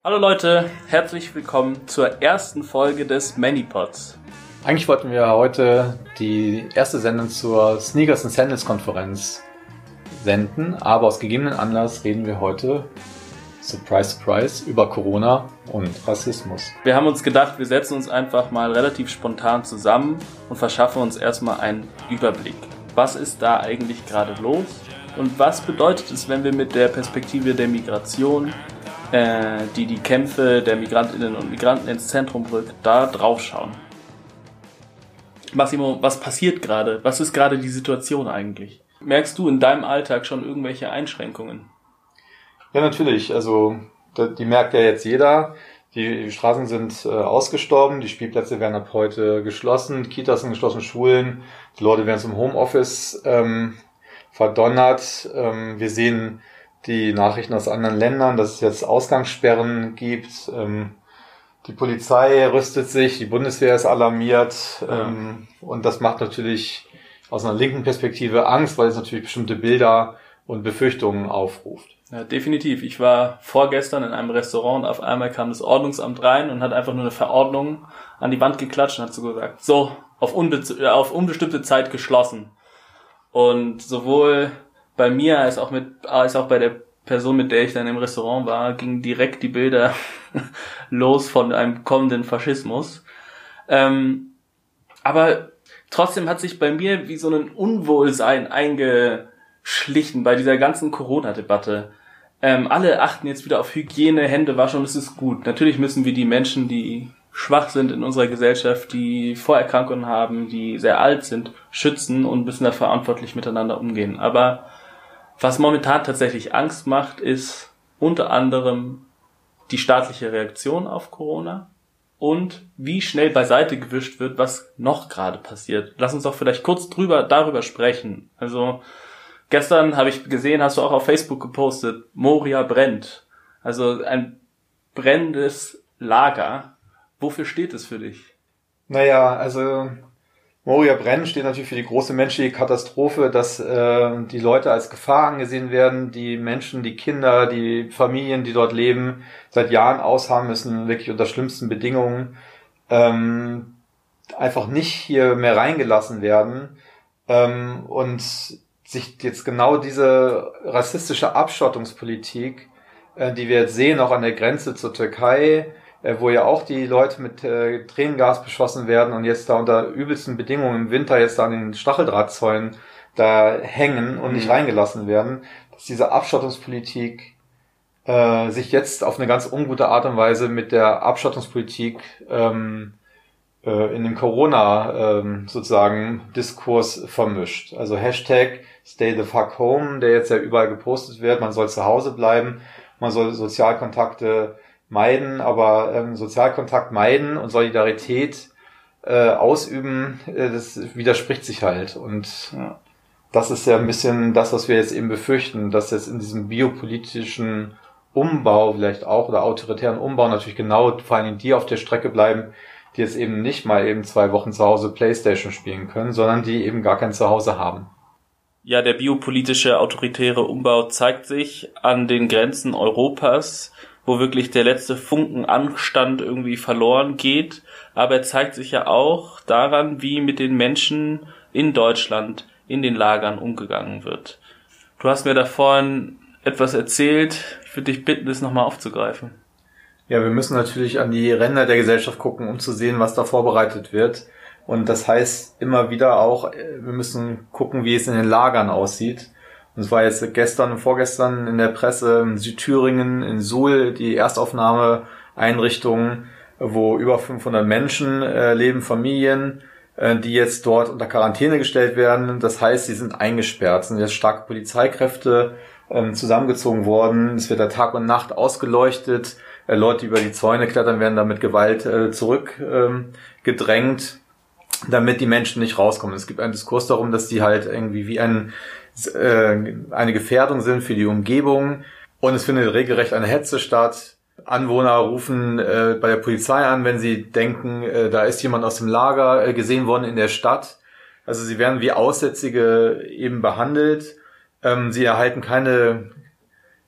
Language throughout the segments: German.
Hallo Leute, herzlich willkommen zur ersten Folge des Manypods. Eigentlich wollten wir heute die erste Sendung zur Sneakers and Sandals Konferenz senden, aber aus gegebenen Anlass reden wir heute, surprise, surprise, über Corona und Rassismus. Wir haben uns gedacht, wir setzen uns einfach mal relativ spontan zusammen und verschaffen uns erstmal einen Überblick. Was ist da eigentlich gerade los und was bedeutet es, wenn wir mit der Perspektive der Migration, die Kämpfe der Migrantinnen und Migranten ins Zentrum rückt, da drauf schauen? Massimo, was passiert gerade? Was ist gerade die Situation eigentlich? Merkst du in deinem Alltag schon irgendwelche Einschränkungen? Ja, natürlich. Also die merkt ja jetzt jeder. Die Straßen sind ausgestorben, die Spielplätze werden ab heute geschlossen, Kitas sind geschlossen, Schulen, die Leute werden zum Homeoffice verdonnert. Wir sehen die Nachrichten aus anderen Ländern, dass es jetzt Ausgangssperren gibt. Die Polizei rüstet sich, die Bundeswehr ist alarmiert. Und das macht natürlich aus einer linken Perspektive Angst, weil es natürlich bestimmte Bilder und Befürchtungen aufruft. Ja, definitiv. Ich war vorgestern in einem Restaurant und auf einmal kam das Ordnungsamt rein und hat einfach nur eine Verordnung an die Wand geklatscht und hat so gesagt, so, auf unbestimmte Zeit geschlossen. Und sowohl bei mir als auch bei der Person, mit der ich dann im Restaurant war, gingen direkt die Bilder los von einem kommenden Faschismus. Aber trotzdem hat sich bei mir wie so ein Unwohlsein eingeschlichen bei dieser ganzen Corona-Debatte. Alle achten jetzt wieder auf Hygiene, Hände waschen und es ist gut. Natürlich müssen wir die Menschen, die schwach sind in unserer Gesellschaft, die Vorerkrankungen haben, die sehr alt sind, schützen und müssen da verantwortlich miteinander umgehen. Aber was momentan tatsächlich Angst macht, ist unter anderem die staatliche Reaktion auf Corona und wie schnell beiseite gewischt wird, was noch gerade passiert. Lass uns doch vielleicht kurz darüber sprechen. Also gestern habe ich gesehen, hast du auch auf Facebook gepostet, Moria brennt. Also ein brennendes Lager. Wofür steht es für dich? Naja, also Moria brennt steht natürlich für die große menschliche Katastrophe, dass die Leute als Gefahr angesehen werden, die Menschen, die Kinder, die Familien, die dort leben, seit Jahren ausharren müssen, wirklich unter schlimmsten Bedingungen, einfach nicht hier mehr reingelassen werden und sich jetzt genau diese rassistische Abschottungspolitik, die wir jetzt sehen, auch an der Grenze zur Türkei, wo ja auch die Leute mit Tränengas beschossen werden und jetzt da unter übelsten Bedingungen im Winter jetzt da an den Stacheldrahtzäunen da hängen und nicht reingelassen werden, dass diese Abschottungspolitik sich jetzt auf eine ganz ungute Art und Weise mit der Abschottungspolitik in dem Corona sozusagen Diskurs vermischt. Also Hashtag Stay the fuck home, der jetzt ja überall gepostet wird, man soll zu Hause bleiben, man soll Sozialkontakte meiden, aber Sozialkontakt meiden und Solidarität ausüben, das widerspricht sich halt. Und das ist ja ein bisschen das, was wir jetzt eben befürchten, dass jetzt in diesem biopolitischen Umbau vielleicht auch oder autoritären Umbau natürlich genau vor allem die auf der Strecke bleiben, die jetzt eben nicht mal eben 2 Wochen zu Hause Playstation spielen können, sondern die eben gar kein Zuhause haben. Ja, der biopolitische autoritäre Umbau zeigt sich an den Grenzen Europas, wo wirklich der letzte Funken Anstand irgendwie verloren geht. Aber er zeigt sich ja auch daran, wie mit den Menschen in Deutschland in den Lagern umgegangen wird. Du hast mir da vorhin etwas erzählt. Ich würde dich bitten, das nochmal aufzugreifen. Ja, wir müssen natürlich an die Ränder der Gesellschaft gucken, um zu sehen, was da vorbereitet wird. Und das heißt immer wieder auch, wir müssen gucken, wie es in den Lagern aussieht. Und es war jetzt gestern und vorgestern in der Presse in Südthüringen, in Suhl, die Erstaufnahmeeinrichtung, wo über 500 Menschen leben, Familien, die jetzt dort unter Quarantäne gestellt werden. Das heißt, sie sind eingesperrt, sind jetzt starke Polizeikräfte zusammengezogen worden. Es wird da Tag und Nacht ausgeleuchtet. Leute, die über die Zäune klettern, werden da mit Gewalt zurückgedrängt, damit die Menschen nicht rauskommen. Es gibt einen Diskurs darum, dass die halt irgendwie wie eine Gefährdung sind für die Umgebung. Und es findet regelrecht eine Hetze statt. Anwohner rufen bei der Polizei an, wenn sie denken, da ist jemand aus dem Lager gesehen worden in der Stadt. Also sie werden wie Aussätzige eben behandelt. Sie erhalten keine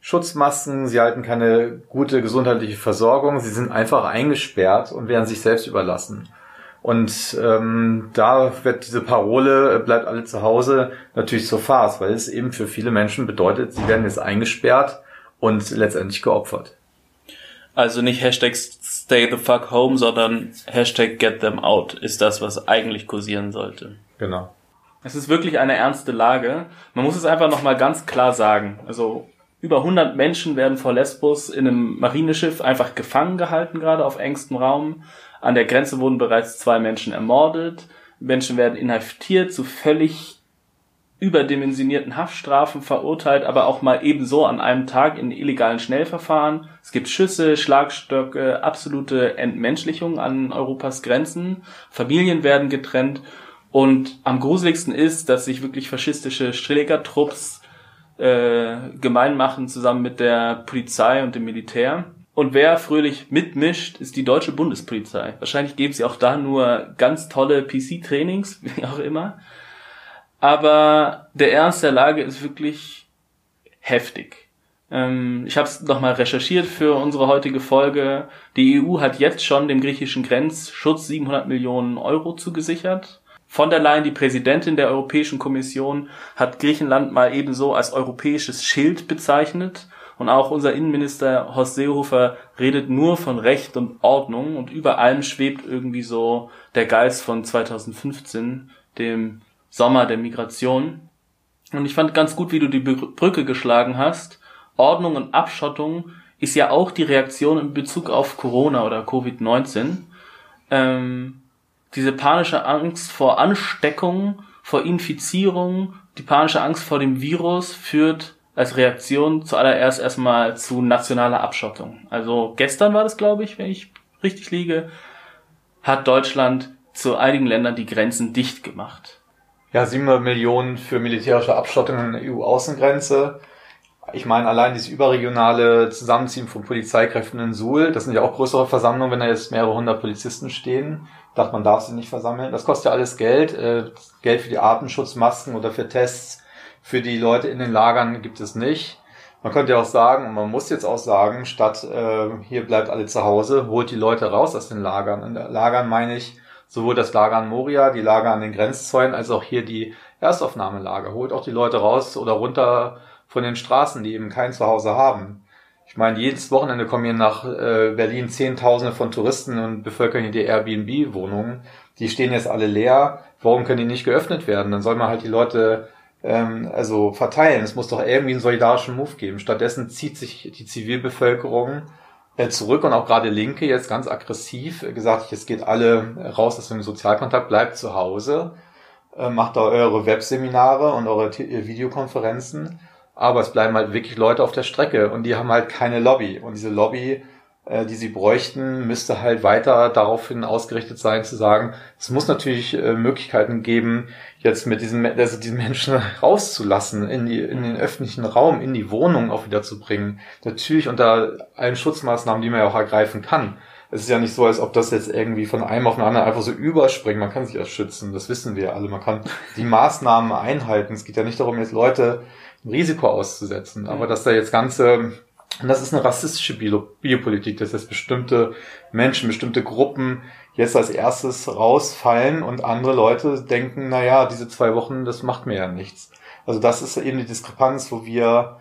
Schutzmasken, sie halten keine gute gesundheitliche Versorgung, sie sind einfach eingesperrt und werden sich selbst überlassen. Und da wird diese Parole, bleibt alle zu Hause, natürlich zur Farce, weil es eben für viele Menschen bedeutet, sie werden jetzt eingesperrt und letztendlich geopfert. Also nicht Hashtag stay the fuck home, sondern Hashtag get them out ist das, was eigentlich kursieren sollte. Genau. Es ist wirklich eine ernste Lage. Man muss es einfach nochmal ganz klar sagen. Also über 100 Menschen werden vor Lesbos in einem Marineschiff einfach gefangen gehalten, gerade auf engstem Raum. An der Grenze wurden bereits 2 Menschen ermordet. Menschen werden inhaftiert, zu völlig überdimensionierten Haftstrafen verurteilt, aber auch mal ebenso an einem Tag in illegalen Schnellverfahren. Es gibt Schüsse, Schlagstöcke, absolute Entmenschlichung an Europas Grenzen. Familien werden getrennt. Und am gruseligsten ist, dass sich wirklich faschistische Schlägertrupps gemein machen, zusammen mit der Polizei und dem Militär. Und wer fröhlich mitmischt, ist die deutsche Bundespolizei. Wahrscheinlich geben sie auch da nur ganz tolle PC-Trainings, wie auch immer. Aber der Ernst der Lage ist wirklich heftig. Ich habe es nochmal recherchiert für unsere heutige Folge. Die EU hat jetzt schon dem griechischen Grenzschutz 700 Millionen Euro zugesichert. Von der Leyen, die Präsidentin der Europäischen Kommission, hat Griechenland mal ebenso als europäisches Schild bezeichnet. Und auch unser Innenminister Horst Seehofer redet nur von Recht und Ordnung. Und über allem schwebt irgendwie so der Geist von 2015, dem Sommer der Migration. Und ich fand ganz gut, wie du die Brücke geschlagen hast. Ordnung und Abschottung ist ja auch die Reaktion in Bezug auf Corona oder Covid-19. Diese panische Angst vor Ansteckung, vor Infizierung, die panische Angst vor dem Virus führt als Reaktion zuallererst erstmal zu nationaler Abschottung. Also gestern war das, glaube ich, wenn ich richtig liege, hat Deutschland zu einigen Ländern die Grenzen dicht gemacht. Ja, 700 Millionen für militärische Abschottung an der EU-Außengrenze. Ich meine, allein dieses überregionale Zusammenziehen von Polizeikräften in Suhl, das sind ja auch größere Versammlungen, wenn da jetzt mehrere hundert Polizisten stehen. Ich dachte, man darf sie nicht versammeln. Das kostet ja alles Geld. Geld für die Atemschutzmasken oder für Tests für die Leute in den Lagern gibt es nicht. Man könnte ja auch sagen, und man muss jetzt auch sagen, statt hier bleibt alle zu Hause, holt die Leute raus aus den Lagern. In Lagern meine ich sowohl das Lager an Moria, die Lager an den Grenzzäunen, als auch hier die Erstaufnahmelager. Holt auch die Leute raus oder runter von den Straßen, die eben kein Zuhause haben. Ich meine, jedes Wochenende kommen hier nach Berlin Zehntausende von Touristen und bevölkern hier die Airbnb-Wohnungen. Die stehen jetzt alle leer. Warum können die nicht geöffnet werden? Dann soll man halt die Leute verteilen. Es muss doch irgendwie einen solidarischen Move geben. Stattdessen zieht sich die Zivilbevölkerung zurück und auch gerade Linke jetzt ganz aggressiv gesagt, jetzt geht alle raus aus dem Sozialkontakt, bleibt zu Hause, macht da eure Webseminare und eure Videokonferenzen, aber es bleiben halt wirklich Leute auf der Strecke und die haben halt keine Lobby und diese Lobby, die sie bräuchten, müsste halt weiter daraufhin ausgerichtet sein, zu sagen, es muss natürlich Möglichkeiten geben, jetzt mit diesen Menschen rauszulassen, in den öffentlichen Raum, in die Wohnung auch wieder zu bringen. Natürlich unter allen Schutzmaßnahmen, die man ja auch ergreifen kann. Es ist ja nicht so, als ob das jetzt irgendwie von einem auf den anderen einfach so überspringt. Man kann sich ja schützen, das wissen wir alle. Man kann die Maßnahmen einhalten. Es geht ja nicht darum, jetzt Leute ein Risiko auszusetzen, aber dass da jetzt und das ist eine rassistische Biopolitik, dass jetzt bestimmte Menschen, bestimmte Gruppen jetzt als erstes rausfallen und andere Leute denken, naja, diese 2 Wochen, das macht mir ja nichts. Also das ist eben die Diskrepanz, wo wir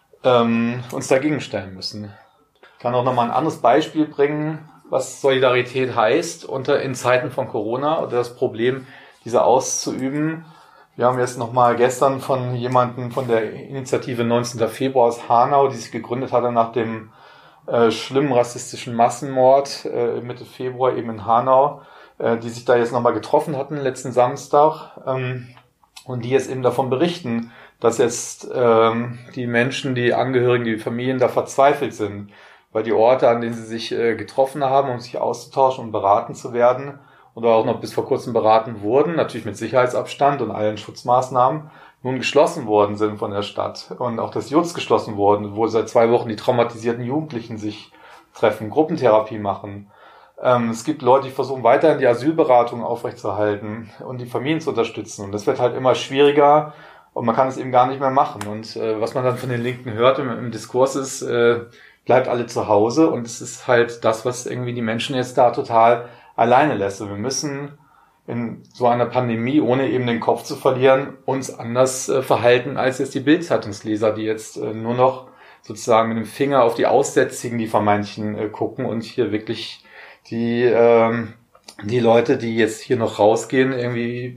uns dagegen stellen müssen. Ich kann auch nochmal ein anderes Beispiel bringen, was Solidarität heißt in Zeiten von Corona oder das Problem, diese auszuüben. Wir haben jetzt nochmal gestern von jemandem von der Initiative 19. Februar aus Hanau, die sich gegründet hatte nach dem schlimmen rassistischen Massenmord Mitte Februar eben in Hanau, die sich da jetzt nochmal getroffen hatten letzten Samstag und die jetzt eben davon berichten, dass jetzt die Menschen, die Angehörigen, die Familien da verzweifelt sind, weil die Orte, an denen sie sich getroffen haben, um sich auszutauschen und beraten zu werden, oder auch noch bis vor kurzem beraten wurden, natürlich mit Sicherheitsabstand und allen Schutzmaßnahmen, nun geschlossen worden sind von der Stadt. Und auch das JUZ geschlossen worden, wo seit 2 Wochen die traumatisierten Jugendlichen sich treffen, Gruppentherapie machen. Es gibt Leute, die versuchen weiterhin die Asylberatung aufrechtzuerhalten und die Familien zu unterstützen. Und das wird halt immer schwieriger, und man kann es eben gar nicht mehr machen. Und was man dann von den Linken hört im Diskurs ist, bleibt alle zu Hause, und es ist halt das, was irgendwie die Menschen jetzt da total alleine lässt. Und wir müssen in so einer Pandemie, ohne eben den Kopf zu verlieren, uns anders verhalten als jetzt die Bild-Zeitungsleser, die jetzt nur noch sozusagen mit dem Finger auf die Aussätzigen, die vermeintlichen, gucken, und hier wirklich die Leute, die jetzt hier noch rausgehen, irgendwie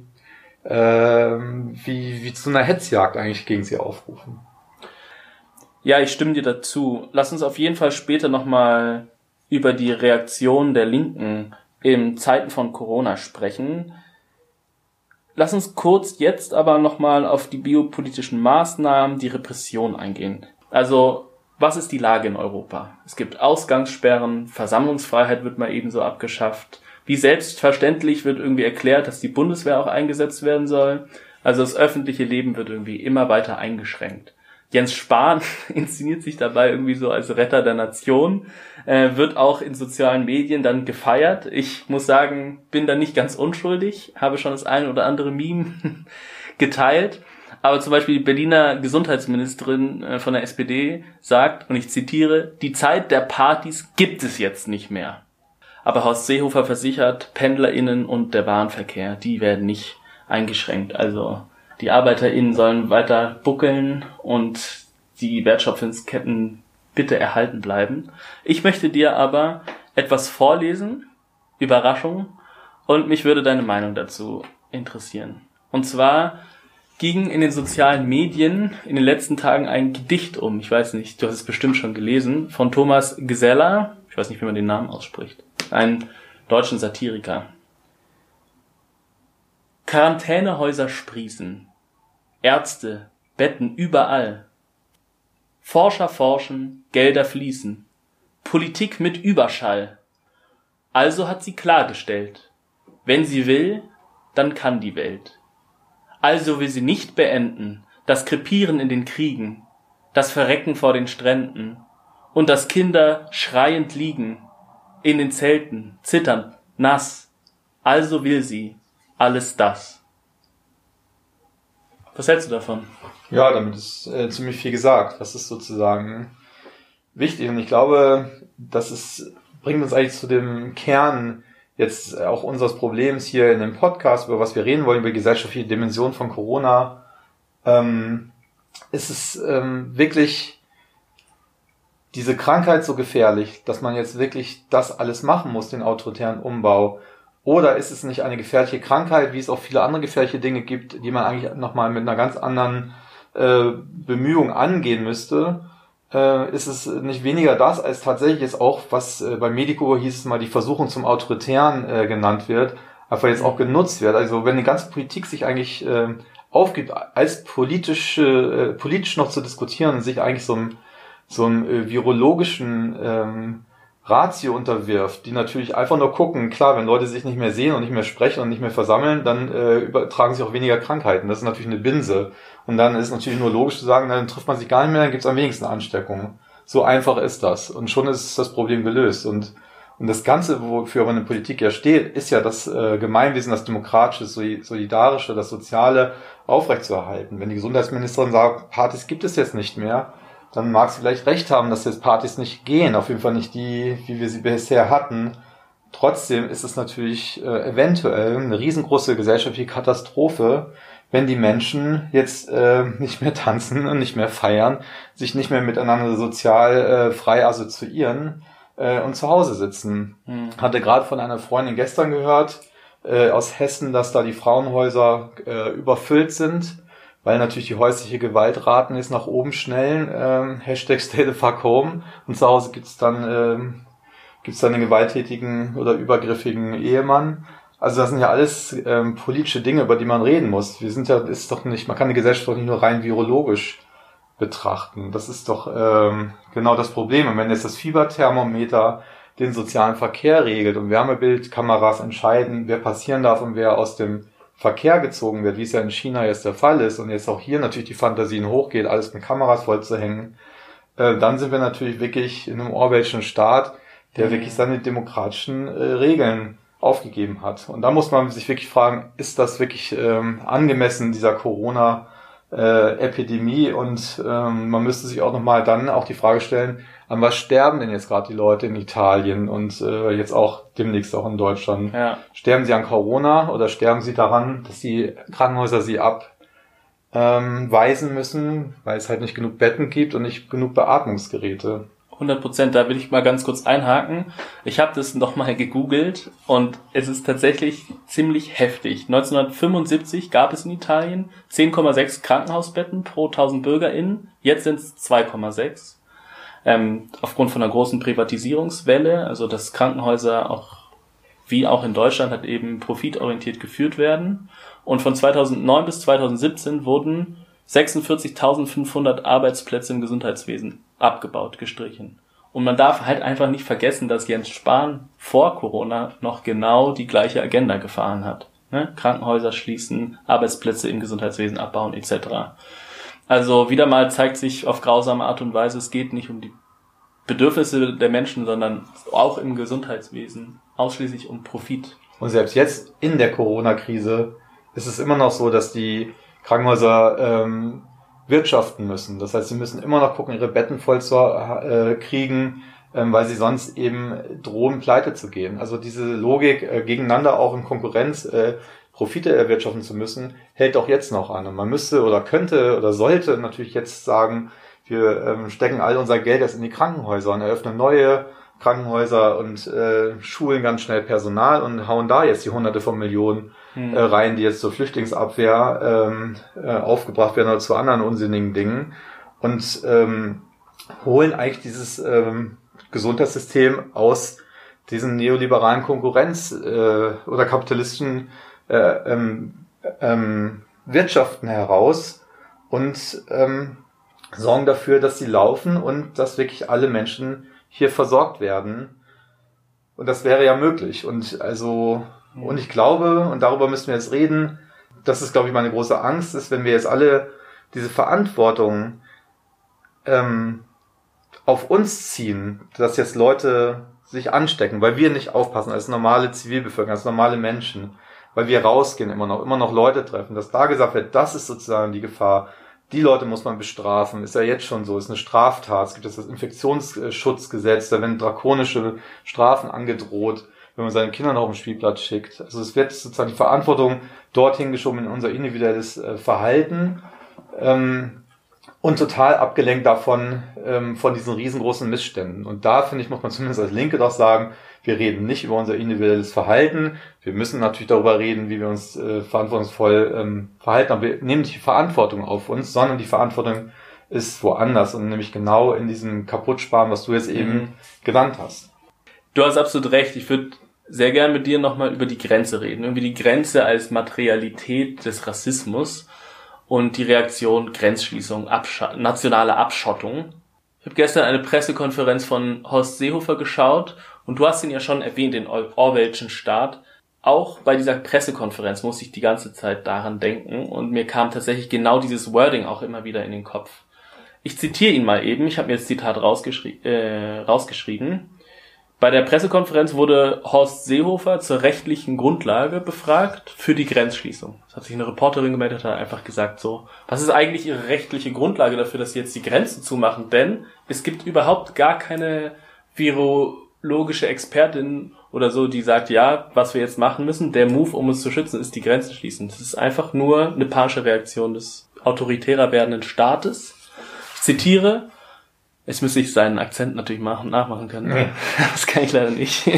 wie zu einer Hetzjagd eigentlich gegen sie aufrufen. Ja, ich stimme dir dazu. Lass uns auf jeden Fall später nochmal über die Reaktion der Linken in Zeiten von Corona sprechen. Lass uns kurz jetzt aber nochmal auf die biopolitischen Maßnahmen, die Repression eingehen. Also, was ist die Lage in Europa? Es gibt Ausgangssperren, Versammlungsfreiheit wird mal ebenso abgeschafft. Wie selbstverständlich wird irgendwie erklärt, dass die Bundeswehr auch eingesetzt werden soll. Also das öffentliche Leben wird irgendwie immer weiter eingeschränkt. Jens Spahn inszeniert sich dabei irgendwie so als Retter der Nation, wird auch in sozialen Medien dann gefeiert. Ich muss sagen, bin da nicht ganz unschuldig, habe schon das eine oder andere Meme geteilt. Aber zum Beispiel die Berliner Gesundheitsministerin von der SPD sagt, und ich zitiere, die Zeit der Partys gibt es jetzt nicht mehr. Aber Horst Seehofer versichert, PendlerInnen und der Bahnverkehr, die werden nicht eingeschränkt. Also die ArbeiterInnen sollen weiter buckeln und die Wertschöpfungsketten bitte erhalten bleiben. Ich möchte dir aber etwas vorlesen, Überraschung, und mich würde deine Meinung dazu interessieren. Und zwar ging in den sozialen Medien in den letzten Tagen ein Gedicht um. Ich weiß nicht, du hast es bestimmt schon gelesen, von Thomas Geseller. Ich weiß nicht, wie man den Namen ausspricht. Einen deutschen Satiriker. Quarantänehäuser sprießen. Ärzte, Betten überall. Forscher forschen, Gelder fließen. Politik mit Überschall. Also hat sie klargestellt. Wenn sie will, dann kann die Welt. Also will sie nicht beenden, das Krepieren in den Kriegen, das Verrecken vor den Stränden und dass Kinder schreiend liegen, in den Zelten, zitternd, nass. Also will sie alles das. Was hältst du davon? Ja, damit ist ziemlich viel gesagt. Das ist sozusagen wichtig. Und ich glaube, bringt uns eigentlich zu dem Kern jetzt auch unseres Problems hier in dem Podcast, über was wir reden wollen, über die gesellschaftliche Dimension von Corona. Ist es wirklich diese Krankheit so gefährlich, dass man jetzt wirklich das alles machen muss, den autoritären Umbau? Oder ist es nicht eine gefährliche Krankheit, wie es auch viele andere gefährliche Dinge gibt, die man eigentlich nochmal mit einer ganz anderen Bemühung angehen müsste? Ist es nicht weniger das, als tatsächlich jetzt auch, was bei Medico hieß es mal, die Versuchung zum Autoritären genannt wird, einfach jetzt auch genutzt wird. Also wenn die ganze Politik sich eigentlich aufgibt, als politisch noch zu diskutieren und sich eigentlich so einem virologischen Ratio unterwirft, die natürlich einfach nur gucken, klar, wenn Leute sich nicht mehr sehen und nicht mehr sprechen und nicht mehr versammeln, dann übertragen sich auch weniger Krankheiten. Das ist natürlich eine Binse. Und dann ist es natürlich nur logisch zu sagen, dann trifft man sich gar nicht mehr, dann gibt es am wenigsten Ansteckungen. So einfach ist das. Und schon ist das Problem gelöst. Und das Ganze, wofür aber eine Politik ja steht, ist ja das Gemeinwesen, das Demokratische, Solidarische, das Soziale aufrechtzuerhalten. Wenn die Gesundheitsministerin sagt, Partys gibt es jetzt nicht mehr, dann mag sie vielleicht recht haben, dass jetzt Partys nicht gehen. Auf jeden Fall nicht die, wie wir sie bisher hatten. Trotzdem ist es natürlich eventuell eine riesengroße gesellschaftliche Katastrophe, wenn die Menschen jetzt nicht mehr tanzen und nicht mehr feiern, sich nicht mehr miteinander sozial frei assoziieren und zu Hause sitzen. Hatte gerade von einer Freundin gestern gehört, aus Hessen, dass da die Frauenhäuser überfüllt sind, weil natürlich die häusliche Gewaltraten jetzt nach oben schnellen, Hashtag Stay the fuck home, und zu Hause gibt's dann den gewalttätigen oder übergriffigen Ehemann. Also das sind ja alles politische Dinge, über die man reden muss. Man kann die Gesellschaft doch nicht nur rein virologisch betrachten. Das ist doch genau das Problem. Und wenn jetzt das Fieberthermometer den sozialen Verkehr regelt und Wärmebildkameras entscheiden, wer passieren darf und wer aus dem Verkehr gezogen wird, wie es ja in China jetzt der Fall ist, und jetzt auch hier natürlich die Fantasien hochgeht, alles mit Kameras vollzuhängen, dann sind wir natürlich wirklich in einem Orwellschen Staat, der wirklich seine demokratischen Regeln aufgegeben hat. Und da muss man sich wirklich fragen, ist das wirklich angemessen, dieser Corona Epidemie und man müsste sich auch nochmal dann auch die Frage stellen, an was sterben denn jetzt gerade die Leute in Italien und jetzt auch demnächst auch in Deutschland? Ja. Sterben sie an Corona oder sterben sie daran, dass die Krankenhäuser sie abweisen müssen, weil es halt nicht genug Betten gibt und nicht genug Beatmungsgeräte? 100%, da will ich mal ganz kurz einhaken. Ich habe das nochmal gegoogelt und es ist tatsächlich ziemlich heftig. 1975 gab es in Italien 10,6 Krankenhausbetten pro 1000 BürgerInnen. Jetzt sind es 2,6. Aufgrund von einer großen Privatisierungswelle, also dass Krankenhäuser auch wie auch in Deutschland halt eben profitorientiert geführt werden. Und von 2009 bis 2017 wurden 46.500 Arbeitsplätze im Gesundheitswesen abgebaut, gestrichen. Und man darf halt einfach nicht vergessen, dass Jens Spahn vor Corona noch genau die gleiche Agenda gefahren hat. Ne? Krankenhäuser schließen, Arbeitsplätze im Gesundheitswesen abbauen etc. Also wieder mal zeigt sich auf grausame Art und Weise, es geht nicht um die Bedürfnisse der Menschen, sondern auch im Gesundheitswesen ausschließlich um Profit. Und selbst jetzt in der Corona-Krise ist es immer noch so, dass die Krankenhäuser wirtschaften müssen. Das heißt, sie müssen immer noch gucken, ihre Betten voll zu kriegen, weil sie sonst eben drohen, pleite zu gehen. Also diese Logik, gegeneinander auch in Konkurrenz Profite erwirtschaften zu müssen, hält auch jetzt noch an. Und man müsste oder könnte oder sollte natürlich jetzt sagen, wir stecken all unser Geld jetzt in die Krankenhäuser und eröffnen neue Krankenhäuser und schulen ganz schnell Personal und hauen da jetzt die Hunderte von Millionen rein, die jetzt zur Flüchtlingsabwehr aufgebracht werden oder zu anderen unsinnigen Dingen und holen eigentlich dieses Gesundheitssystem aus diesen neoliberalen Konkurrenz oder kapitalistischen Wirtschaften heraus und sorgen dafür, dass sie laufen und dass wirklich alle Menschen hier versorgt werden. Und das wäre ja möglich. Und ich glaube, und darüber müssen wir jetzt reden, das ist, glaube ich, meine große Angst, ist, wenn wir jetzt alle diese Verantwortung auf uns ziehen, dass jetzt Leute sich anstecken, weil wir nicht aufpassen als normale Zivilbevölkerung, als normale Menschen, weil wir rausgehen immer noch Leute treffen, dass da gesagt wird, das ist sozusagen die Gefahr. Die Leute muss man bestrafen, ist ja jetzt schon so, ist eine Straftat. Es gibt das Infektionsschutzgesetz, da werden drakonische Strafen angedroht, wenn man seine Kinder noch auf den Spielplatz schickt. Also es wird sozusagen die Verantwortung dorthin geschoben in unser individuelles Verhalten und total abgelenkt davon, von diesen riesengroßen Missständen. Und da, finde ich, muss man zumindest als Linke doch sagen, wir reden nicht über unser individuelles Verhalten. Wir müssen natürlich darüber reden, wie wir uns verantwortungsvoll verhalten. Aber wir nehmen nicht die Verantwortung auf uns, sondern die Verantwortung ist woanders. Und nämlich genau in diesem Kaputtsparen, was du jetzt eben genannt hast. Du hast absolut recht. Ich würde sehr gern mit dir nochmal über die Grenze reden. Irgendwie die Grenze als Materialität des Rassismus und die Reaktion Grenzschließung, nationale Abschottung. Ich habe gestern eine Pressekonferenz von Horst Seehofer geschaut und du hast ihn ja schon erwähnt, den Orwellschen Staat. Auch bei dieser Pressekonferenz musste ich die ganze Zeit daran denken und mir kam tatsächlich genau dieses Wording auch immer wieder in den Kopf. Ich zitiere ihn mal eben, ich habe mir das Zitat rausgeschrieben. Bei der Pressekonferenz wurde Horst Seehofer zur rechtlichen Grundlage befragt für die Grenzschließung. Das hat sich eine Reporterin gemeldet, hat einfach gesagt so, was ist eigentlich Ihre rechtliche Grundlage dafür, dass Sie jetzt die Grenzen zumachen? Denn es gibt überhaupt gar keine virologische Expertin oder so, die sagt, ja, was wir jetzt machen müssen, der Move, um uns zu schützen, ist die Grenzen schließen. Das ist einfach nur eine panische Reaktion des autoritärer werdenden Staates. Ich zitiere, jetzt müsste ich seinen Akzent natürlich nachmachen können. Ja. Das kann ich leider nicht.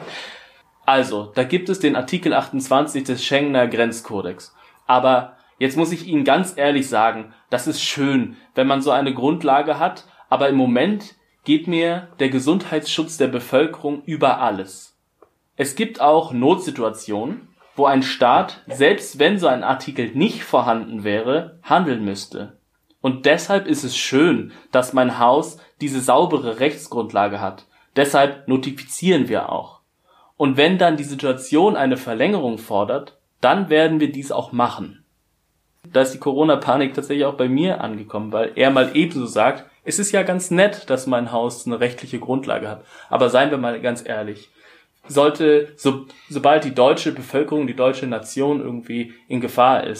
Also, da gibt es den Artikel 28 des Schengener Grenzkodex. Aber jetzt muss ich Ihnen ganz ehrlich sagen, das ist schön, wenn man so eine Grundlage hat, aber im Moment geht mir der Gesundheitsschutz der Bevölkerung über alles. Es gibt auch Notsituationen, wo ein Staat, selbst wenn so ein Artikel nicht vorhanden wäre, handeln müsste. Und deshalb ist es schön, dass mein Haus diese saubere Rechtsgrundlage hat. Deshalb notifizieren wir auch. Und wenn dann die Situation eine Verlängerung fordert, dann werden wir dies auch machen. Da ist die Corona-Panik tatsächlich auch bei mir angekommen, weil er mal ebenso sagt, es ist ja ganz nett, dass mein Haus eine rechtliche Grundlage hat. Aber seien wir mal ganz ehrlich, sobald die deutsche Bevölkerung, die deutsche Nation irgendwie in Gefahr ist,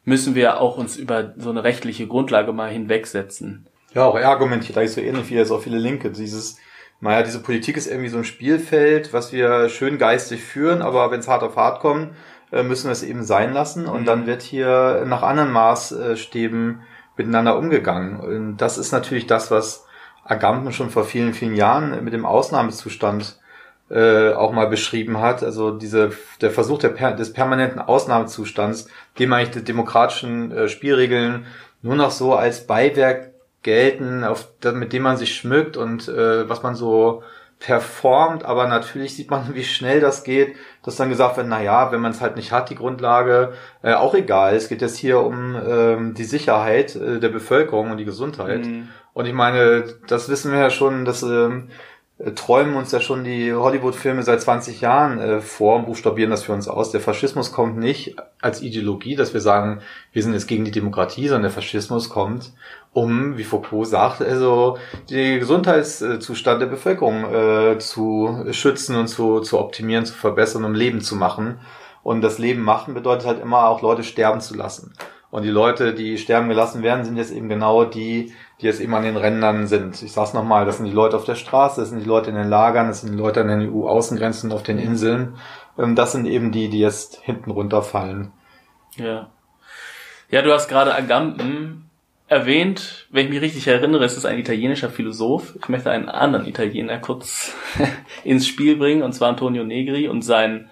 müssen wir auch uns über so eine rechtliche Grundlage mal hinwegsetzen. Ja, auch er argumentiert eigentlich so ähnlich wie jetzt auch viele Linke. Diese Politik ist irgendwie so ein Spielfeld, was wir schön geistig führen, aber wenn es hart auf hart kommt, müssen wir es eben sein lassen und dann wird hier nach anderen Maßstäben miteinander umgegangen. Und das ist natürlich das, was Agamben schon vor vielen, vielen Jahren mit dem Ausnahmezustand auch mal beschrieben hat. Also der Versuch des permanenten Ausnahmezustands, dem eigentlich die demokratischen Spielregeln nur noch so als Beiwerk gelten, mit dem man sich schmückt und was man so performt, aber natürlich sieht man, wie schnell das geht, dass dann gesagt wird, wenn man es halt nicht hat, die Grundlage, auch egal. Es geht jetzt hier um die Sicherheit der Bevölkerung und die Gesundheit. Und ich meine, das wissen wir ja schon, dass träumen uns ja schon die Hollywood-Filme seit 20 Jahren vor und buchstabieren das für uns aus. Der Faschismus kommt nicht als Ideologie, dass wir sagen, wir sind jetzt gegen die Demokratie, sondern der Faschismus kommt, wie Foucault sagt, also den Gesundheitszustand der Bevölkerung zu schützen und zu optimieren, zu verbessern und Leben zu machen. Und das Leben machen bedeutet halt immer auch Leute sterben zu lassen. Und die Leute, die sterben gelassen werden, sind jetzt eben genau die jetzt eben an den Rändern sind. Ich sag's nochmal, das sind die Leute auf der Straße, das sind die Leute in den Lagern, das sind die Leute an den EU-Außengrenzen, auf den Inseln. Das sind eben die jetzt hinten runterfallen. Ja. Ja, du hast gerade Agamben erwähnt. Wenn ich mich richtig erinnere, ist es ein italienischer Philosoph. Ich möchte einen anderen Italiener kurz ins Spiel bringen, und zwar Antonio Negri und sein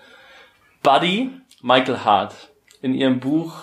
Buddy Michael Hart. In ihrem Buch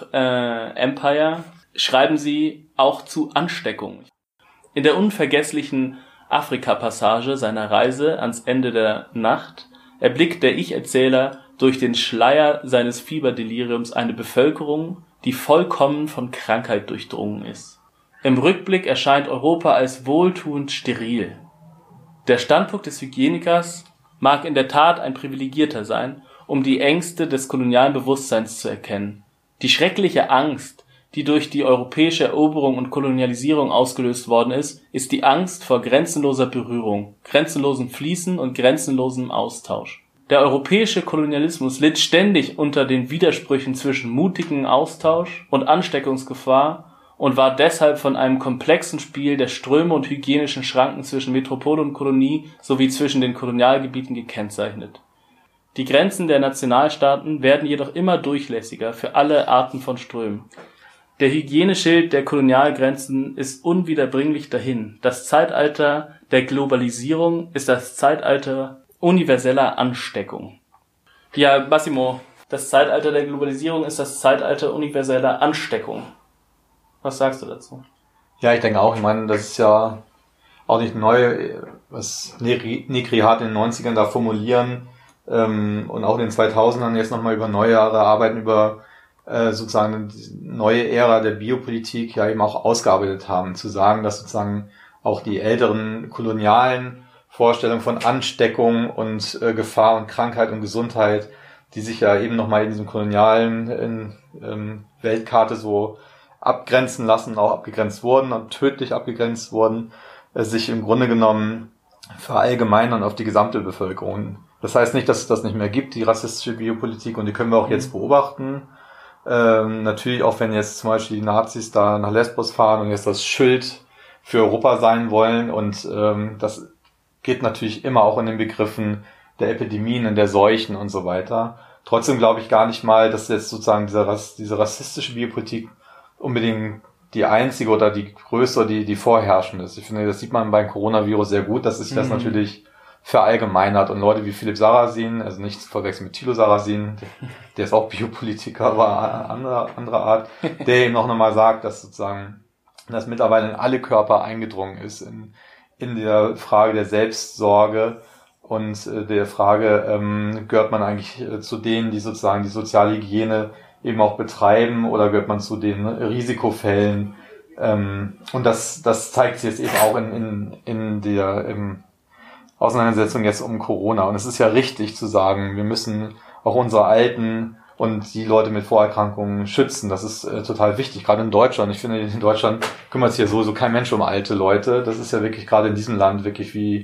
Empire schreiben sie auch zu Ansteckung. In der unvergesslichen Afrika-Passage seiner Reise ans Ende der Nacht erblickt der Ich-Erzähler durch den Schleier seines Fieberdeliriums eine Bevölkerung, die vollkommen von Krankheit durchdrungen ist. Im Rückblick erscheint Europa als wohltuend steril. Der Standpunkt des Hygienikers mag in der Tat ein privilegierter sein, um die Ängste des kolonialen Bewusstseins zu erkennen. Die schreckliche Angst, die durch die europäische Eroberung und Kolonialisierung ausgelöst worden ist die Angst vor grenzenloser Berührung, grenzenlosem Fließen und grenzenlosem Austausch. Der europäische Kolonialismus litt ständig unter den Widersprüchen zwischen mutigem Austausch und Ansteckungsgefahr und war deshalb von einem komplexen Spiel der Ströme und hygienischen Schranken zwischen Metropole und Kolonie sowie zwischen den Kolonialgebieten gekennzeichnet. Die Grenzen der Nationalstaaten werden jedoch immer durchlässiger für alle Arten von Strömen. Der Hygieneschild der Kolonialgrenzen ist unwiederbringlich dahin. Das Zeitalter der Globalisierung ist das Zeitalter universeller Ansteckung. Ja, Massimo, das Zeitalter der Globalisierung ist das Zeitalter universeller Ansteckung. Was sagst du dazu? Ja, ich denke auch. Ich meine, das ist ja auch nicht neu, was Negri hat in den 90ern da formulieren und auch in den 2000ern jetzt nochmal über neue Jahre arbeiten, über sozusagen die neue Ära der Biopolitik ja eben auch ausgearbeitet haben, zu sagen, dass sozusagen auch die älteren kolonialen Vorstellungen von Ansteckung und Gefahr und Krankheit und Gesundheit, die sich ja eben nochmal in diesem kolonialen Weltkarte so abgrenzen lassen, auch abgegrenzt wurden und tödlich abgegrenzt wurden, sich im Grunde genommen verallgemeinern auf die gesamte Bevölkerung. Das heißt nicht, dass es das nicht mehr gibt, die rassistische Biopolitik, und die können wir auch jetzt beobachten. Natürlich auch, wenn jetzt zum Beispiel die Nazis da nach Lesbos fahren und jetzt das Schild für Europa sein wollen, und das geht natürlich immer auch in den Begriffen der Epidemien und der Seuchen und so weiter. Trotzdem glaube ich gar nicht mal, dass jetzt sozusagen diese rassistische Biopolitik unbedingt die einzige oder die größte oder die vorherrschende ist. Ich finde, das sieht man beim Coronavirus sehr gut, dass sich das natürlich verallgemeinert, und Leute wie Philipp Sarrazin, also nicht zu verwechseln mit Thilo Sarrazin, der ist auch Biopolitiker, aber anderer Art, der eben auch nochmal sagt, dass sozusagen das mittlerweile in alle Körper eingedrungen ist, in der Frage der Selbstsorge und der Frage, gehört man eigentlich zu denen, die sozusagen die soziale Hygiene eben auch betreiben, oder gehört man zu den Risikofällen? Und das zeigt sich jetzt eben auch in der Auseinandersetzung jetzt um Corona. Und es ist ja richtig zu sagen, wir müssen auch unsere Alten und die Leute mit Vorerkrankungen schützen. Das ist total wichtig, gerade in Deutschland. Ich finde, in Deutschland kümmert sich ja sowieso kein Mensch um alte Leute. Das ist ja wirklich gerade in diesem Land wirklich wie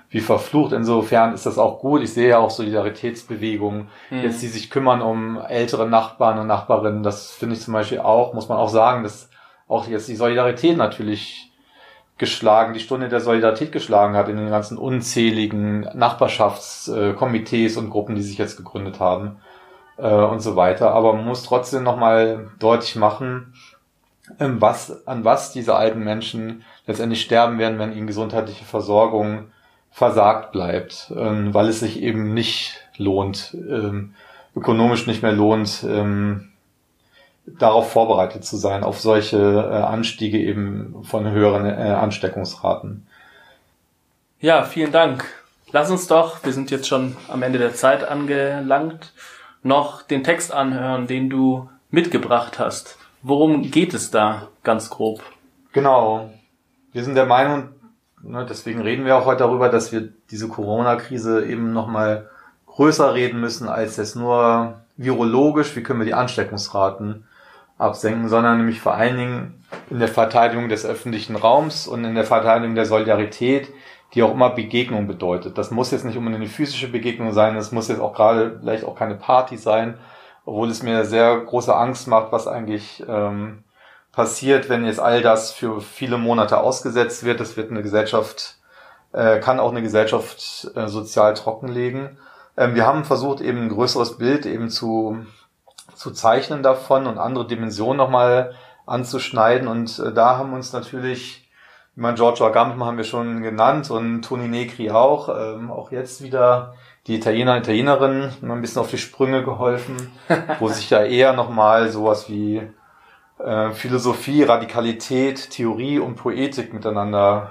wie verflucht. Insofern ist das auch gut. Ich sehe ja auch Solidaritätsbewegungen, jetzt die sich kümmern um ältere Nachbarn und Nachbarinnen. Das finde ich zum Beispiel auch, muss man auch sagen, dass auch jetzt die Solidarität natürlich die Stunde der Solidarität geschlagen hat in den ganzen unzähligen Nachbarschaftskomitees und Gruppen, die sich jetzt gegründet haben und so weiter. Aber man muss trotzdem nochmal deutlich machen, an was diese alten Menschen letztendlich sterben werden, wenn ihnen gesundheitliche Versorgung versagt bleibt, weil es sich eben nicht lohnt, ökonomisch nicht mehr lohnt, darauf vorbereitet zu sein, auf solche Anstiege eben von höheren Ansteckungsraten. Ja, vielen Dank. Lass uns doch, wir sind jetzt schon am Ende der Zeit angelangt, noch den Text anhören, den du mitgebracht hast. Worum geht es da ganz grob? Genau. Wir sind der Meinung, deswegen reden wir auch heute darüber, dass wir diese Corona-Krise eben nochmal größer reden müssen, als jetzt nur virologisch, wie können wir die Ansteckungsraten absenken, sondern nämlich vor allen Dingen in der Verteidigung des öffentlichen Raums und in der Verteidigung der Solidarität, die auch immer Begegnung bedeutet. Das muss jetzt nicht unbedingt eine physische Begegnung sein, das muss jetzt auch gerade vielleicht auch keine Party sein, obwohl es mir sehr große Angst macht, was eigentlich passiert, wenn jetzt all das für viele Monate ausgesetzt wird. Das wird kann auch eine Gesellschaft sozial trockenlegen. Wir haben versucht, eben ein größeres Bild eben zu zeichnen davon und andere Dimensionen nochmal anzuschneiden. Und da haben uns natürlich, ich meine, Giorgio Agamben haben wir schon genannt und Toni Negri auch jetzt wieder die Italienerinnen ein bisschen auf die Sprünge geholfen, wo sich ja eher nochmal sowas wie Philosophie, Radikalität, Theorie und Poetik miteinander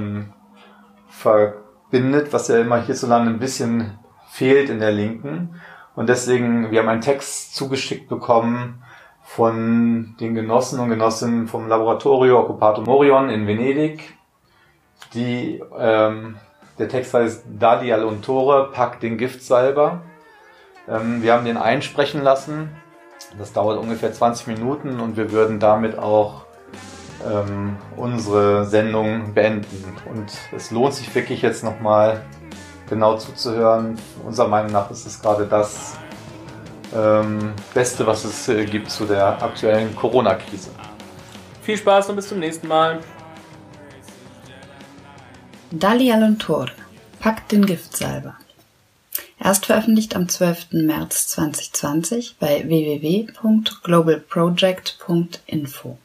verbindet, was ja immer hierzulande ein bisschen fehlt in der Linken. Und deswegen, wir haben einen Text zugeschickt bekommen von den Genossen und Genossinnen vom Laboratorio Occupato Morion in Venedig. Der Text heißt Dali all'untore, pack den Giftsalber. Wir haben den einsprechen lassen. Das dauert ungefähr 20 Minuten und wir würden damit auch unsere Sendung beenden. Und es lohnt sich wirklich jetzt nochmal genau zuzuhören. Unserer Meinung nach ist es gerade das Beste, was es gibt zu der aktuellen Corona-Krise. Viel Spaß und bis zum nächsten Mal. Dali all'untore, packt den Giftsalber. Erst veröffentlicht am 12. März 2020 bei www.globalproject.info.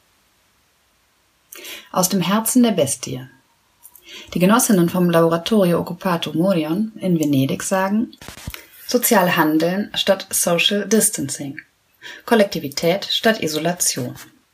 Aus dem Herzen der Bestie. Die Genossinnen vom Laboratorio Occupato Morion in Venedig sagen: Sozial handeln statt Social Distancing. Kollektivität statt Isolation.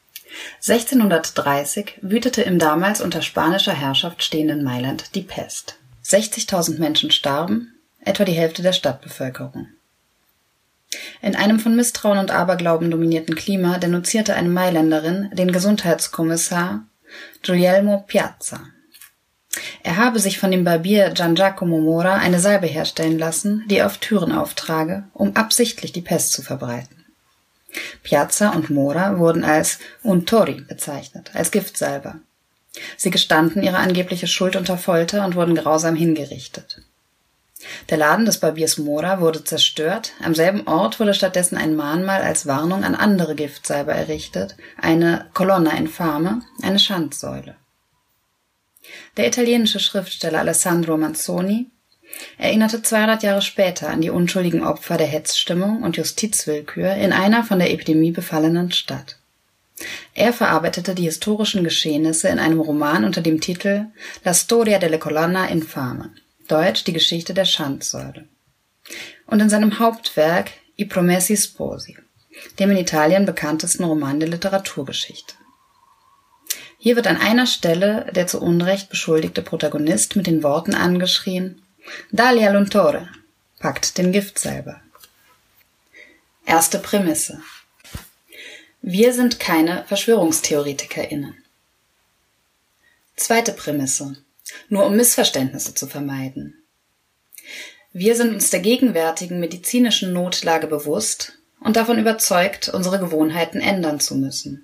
1630 wütete im damals unter spanischer Herrschaft stehenden Mailand die Pest. 60.000 Menschen starben, etwa die Hälfte der Stadtbevölkerung. In einem von Misstrauen und Aberglauben dominierten Klima denunzierte eine Mailänderin den Gesundheitskommissar Guglielmo Piazza. Er habe sich von dem Barbier Gian Giacomo Mora eine Salbe herstellen lassen, die er auf Türen auftrage, um absichtlich die Pest zu verbreiten. Piazza und Mora wurden als Untori bezeichnet, als Giftsalber. Sie gestanden ihre angebliche Schuld unter Folter und wurden grausam hingerichtet. Der Laden des Barbiers Mora wurde zerstört, am selben Ort wurde stattdessen ein Mahnmal als Warnung an andere Giftsalber errichtet, eine Colonna infame, eine Schandsäule. Der italienische Schriftsteller Alessandro Manzoni erinnerte 200 Jahre später an die unschuldigen Opfer der Hetzstimmung und Justizwillkür in einer von der Epidemie befallenen Stadt. Er verarbeitete die historischen Geschehnisse in einem Roman unter dem Titel La storia delle colonna infame, deutsch die Geschichte der Schandsäule, und in seinem Hauptwerk I Promessi Sposi, dem in Italien bekanntesten Roman der Literaturgeschichte. Hier wird an einer Stelle der zu Unrecht beschuldigte Protagonist mit den Worten angeschrien: Dali all'untore, packt den Giftsalber. Erste Prämisse. Wir sind keine VerschwörungstheoretikerInnen. Zweite Prämisse. Nur um Missverständnisse zu vermeiden. Wir sind uns der gegenwärtigen medizinischen Notlage bewusst und davon überzeugt, unsere Gewohnheiten ändern zu müssen.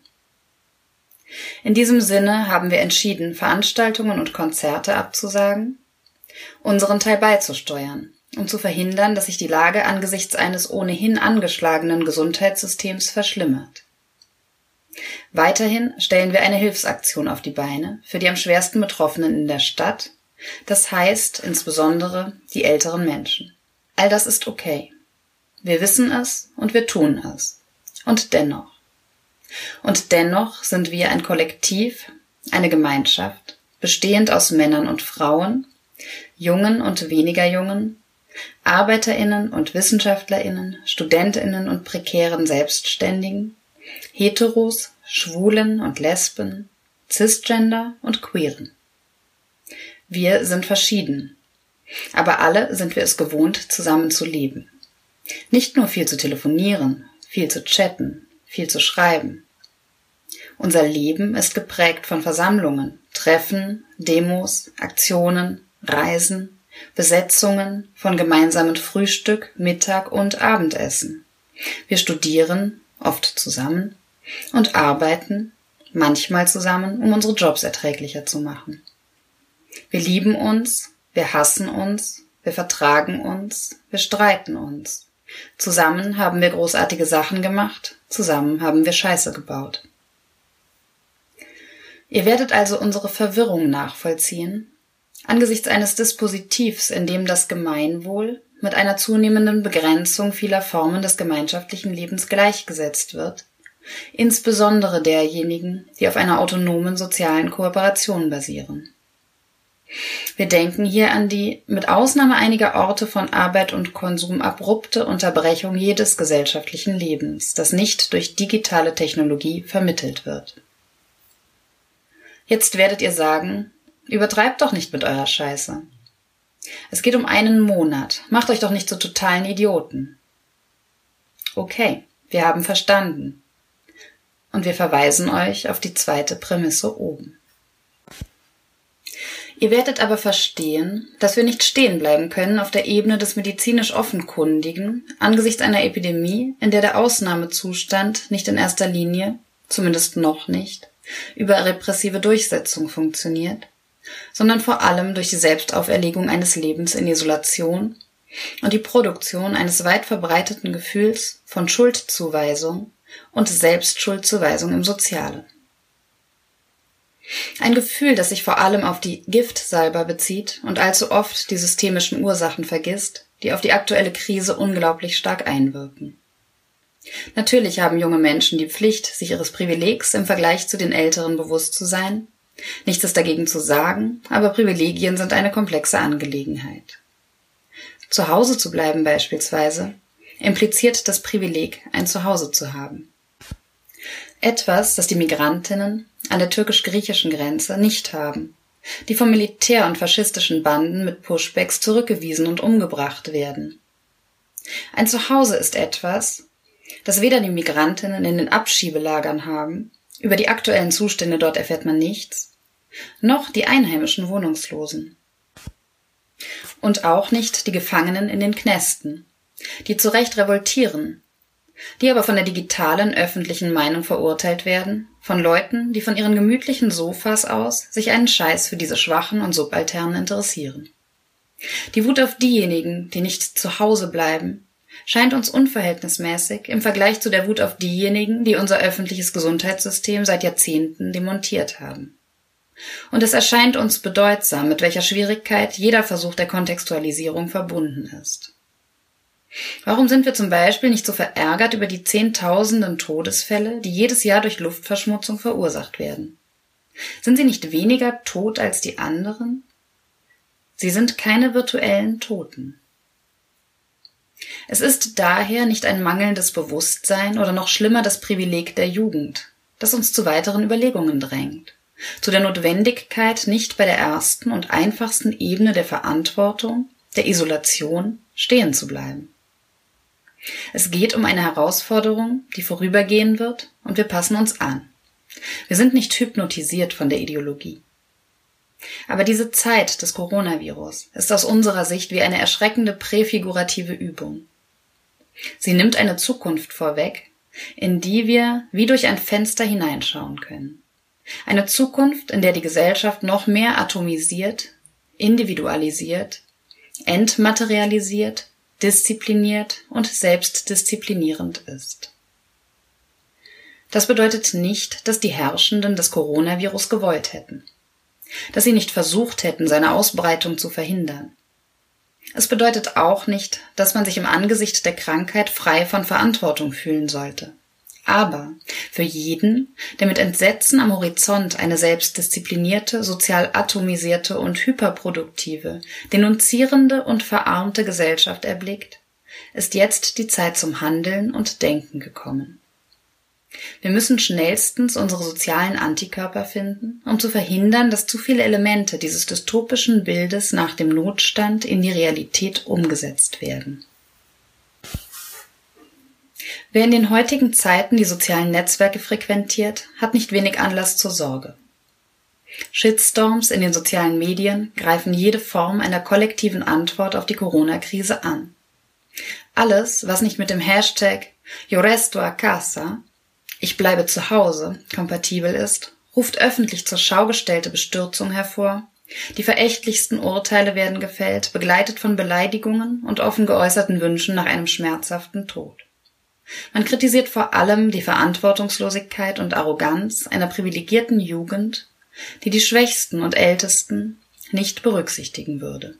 In diesem Sinne haben wir entschieden, Veranstaltungen und Konzerte abzusagen, unseren Teil beizusteuern, um zu verhindern, dass sich die Lage angesichts eines ohnehin angeschlagenen Gesundheitssystems verschlimmert. Weiterhin stellen wir eine Hilfsaktion auf die Beine für die am schwersten Betroffenen in der Stadt, das heißt insbesondere die älteren Menschen. All das ist okay. Wir wissen es und wir tun es. Und dennoch sind wir ein Kollektiv, eine Gemeinschaft, bestehend aus Männern und Frauen, Jungen und weniger Jungen, ArbeiterInnen und WissenschaftlerInnen, StudentInnen und prekären Selbstständigen, Heteros, Schwulen und Lesben, Cisgender und Queeren. Wir sind verschieden, aber alle sind wir es gewohnt, zusammen zu leben. Nicht nur viel zu telefonieren, viel zu chatten, viel zu schreiben. Unser Leben ist geprägt von Versammlungen, Treffen, Demos, Aktionen, Reisen, Besetzungen, von gemeinsamen Frühstück, Mittag und Abendessen. Wir studieren, oft zusammen, und arbeiten, manchmal zusammen, um unsere Jobs erträglicher zu machen. Wir lieben uns, wir hassen uns, wir vertragen uns, wir streiten uns. Zusammen haben wir großartige Sachen gemacht, zusammen haben wir Scheiße gebaut. Ihr werdet also unsere Verwirrung nachvollziehen, angesichts eines Dispositivs, in dem das Gemeinwohl mit einer zunehmenden Begrenzung vieler Formen des gemeinschaftlichen Lebens gleichgesetzt wird, insbesondere derjenigen, die auf einer autonomen sozialen Kooperation basieren. Wir denken hier an die, mit Ausnahme einiger Orte von Arbeit und Konsum, abrupte Unterbrechung jedes gesellschaftlichen Lebens, das nicht durch digitale Technologie vermittelt wird. Jetzt werdet ihr sagen, übertreibt doch nicht mit eurer Scheiße. Es geht um einen Monat, macht euch doch nicht zu totalen Idioten. Okay, wir haben verstanden. Und wir verweisen euch auf die zweite Prämisse oben. Ihr werdet aber verstehen, dass wir nicht stehen bleiben können auf der Ebene des medizinisch Offenkundigen angesichts einer Epidemie, in der der Ausnahmezustand nicht in erster Linie, zumindest noch nicht, über repressive Durchsetzung funktioniert, sondern vor allem durch die Selbstauferlegung eines Lebens in Isolation und die Produktion eines weit verbreiteten Gefühls von Schuldzuweisung und Selbstschuldzuweisung im Sozialen. Ein Gefühl, das sich vor allem auf die Giftsalber bezieht und allzu oft die systemischen Ursachen vergisst, die auf die aktuelle Krise unglaublich stark einwirken. Natürlich haben junge Menschen die Pflicht, sich ihres Privilegs im Vergleich zu den Älteren bewusst zu sein. Nichts ist dagegen zu sagen, aber Privilegien sind eine komplexe Angelegenheit. Zu Hause zu bleiben beispielsweise impliziert das Privileg, ein Zuhause zu haben. Etwas, das die Migrantinnen an der türkisch-griechischen Grenze nicht haben, die vom Militär und faschistischen Banden mit Pushbacks zurückgewiesen und umgebracht werden. Ein Zuhause ist etwas, das weder die Migrantinnen in den Abschiebelagern haben, über die aktuellen Zustände dort erfährt man nichts, noch die einheimischen Wohnungslosen. Und auch nicht die Gefangenen in den Knästen, die zu Recht revoltieren, die aber von der digitalen öffentlichen Meinung verurteilt werden, von Leuten, die von ihren gemütlichen Sofas aus sich einen Scheiß für diese Schwachen und Subalternen interessieren. Die Wut auf diejenigen, die nicht zu Hause bleiben, scheint uns unverhältnismäßig im Vergleich zu der Wut auf diejenigen, die unser öffentliches Gesundheitssystem seit Jahrzehnten demontiert haben. Und es erscheint uns bedeutsam, mit welcher Schwierigkeit jeder Versuch der Kontextualisierung verbunden ist. Warum sind wir zum Beispiel nicht so verärgert über die Zehntausenden Todesfälle, die jedes Jahr durch Luftverschmutzung verursacht werden? Sind sie nicht weniger tot als die anderen? Sie sind keine virtuellen Toten. Es ist daher nicht ein mangelndes Bewusstsein oder noch schlimmer das Privileg der Jugend, das uns zu weiteren Überlegungen drängt, zu der Notwendigkeit, nicht bei der ersten und einfachsten Ebene der Verantwortung, der Isolation, stehen zu bleiben. Es geht um eine Herausforderung, die vorübergehen wird, und wir passen uns an. Wir sind nicht hypnotisiert von der Ideologie. Aber diese Zeit des Coronavirus ist aus unserer Sicht wie eine erschreckende präfigurative Übung. Sie nimmt eine Zukunft vorweg, in die wir wie durch ein Fenster hineinschauen können. Eine Zukunft, in der die Gesellschaft noch mehr atomisiert, individualisiert, entmaterialisiert, diszipliniert und selbstdisziplinierend ist. Das bedeutet nicht, dass die Herrschenden das Coronavirus gewollt hätten, dass sie nicht versucht hätten, seine Ausbreitung zu verhindern. Es bedeutet auch nicht, dass man sich im Angesicht der Krankheit frei von Verantwortung fühlen sollte. Aber für jeden, der mit Entsetzen am Horizont eine selbstdisziplinierte, sozial atomisierte und hyperproduktive, denunzierende und verarmte Gesellschaft erblickt, ist jetzt die Zeit zum Handeln und Denken gekommen. Wir müssen schnellstens unsere sozialen Antikörper finden, um zu verhindern, dass zu viele Elemente dieses dystopischen Bildes nach dem Notstand in die Realität umgesetzt werden. Wer in den heutigen Zeiten die sozialen Netzwerke frequentiert, hat nicht wenig Anlass zur Sorge. Shitstorms in den sozialen Medien greifen jede Form einer kollektiven Antwort auf die Corona-Krise an. Alles, was nicht mit dem Hashtag Yo resto a casa, ich bleibe zu Hause, kompatibel ist, ruft öffentlich zur Schau gestellte Bestürzung hervor. Die verächtlichsten Urteile werden gefällt, begleitet von Beleidigungen und offen geäußerten Wünschen nach einem schmerzhaften Tod. Man kritisiert vor allem die Verantwortungslosigkeit und Arroganz einer privilegierten Jugend, die die Schwächsten und Ältesten nicht berücksichtigen würde.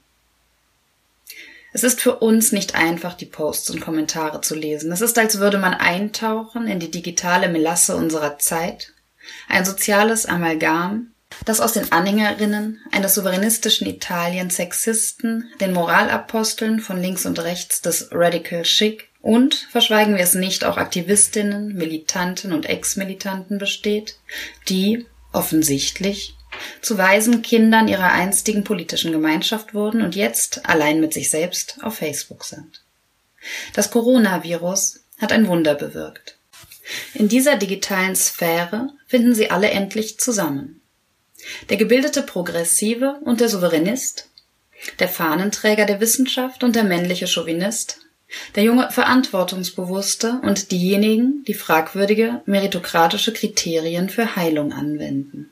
Es ist für uns nicht einfach, die Posts und Kommentare zu lesen. Es ist, als würde man eintauchen in die digitale Melasse unserer Zeit, ein soziales Amalgam, das aus den Anhängerinnen eines souveränistischen Italien Sexisten, den Moralaposteln von links und rechts des Radical Chic und, verschweigen wir es nicht, auch Aktivistinnen, Militanten und Ex-Militanten besteht, die, offensichtlich, zu Waisenkindern ihrer einstigen politischen Gemeinschaft wurden und jetzt allein mit sich selbst auf Facebook sind. Das Coronavirus hat ein Wunder bewirkt. In dieser digitalen Sphäre finden sie alle endlich zusammen. Der gebildete Progressive und der Souveränist, der Fahnenträger der Wissenschaft und der männliche Chauvinist, der junge Verantwortungsbewusste und diejenigen, die fragwürdige meritokratische Kriterien für Heilung anwenden.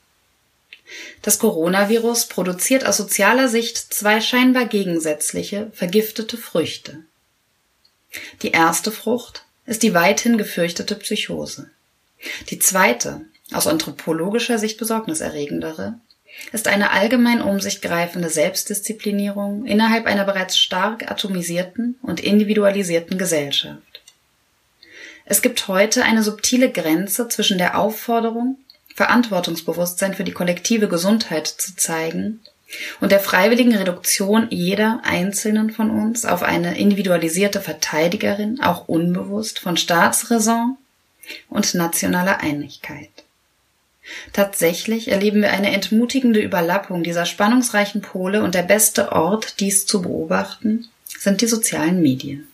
Das Coronavirus produziert aus sozialer Sicht zwei scheinbar gegensätzliche, vergiftete Früchte. Die erste Frucht ist die weithin gefürchtete Psychose. Die zweite, aus anthropologischer Sicht besorgniserregendere, ist eine allgemein um sich greifende Selbstdisziplinierung innerhalb einer bereits stark atomisierten und individualisierten Gesellschaft. Es gibt heute eine subtile Grenze zwischen der Aufforderung, Verantwortungsbewusstsein für die kollektive Gesundheit zu zeigen und der freiwilligen Reduktion jeder einzelnen von uns auf eine individualisierte Verteidigerin, auch unbewusst, von Staatsräson und nationaler Einigkeit. Tatsächlich erleben wir eine entmutigende Überlappung dieser spannungsreichen Pole und der beste Ort, dies zu beobachten, sind die sozialen Medien.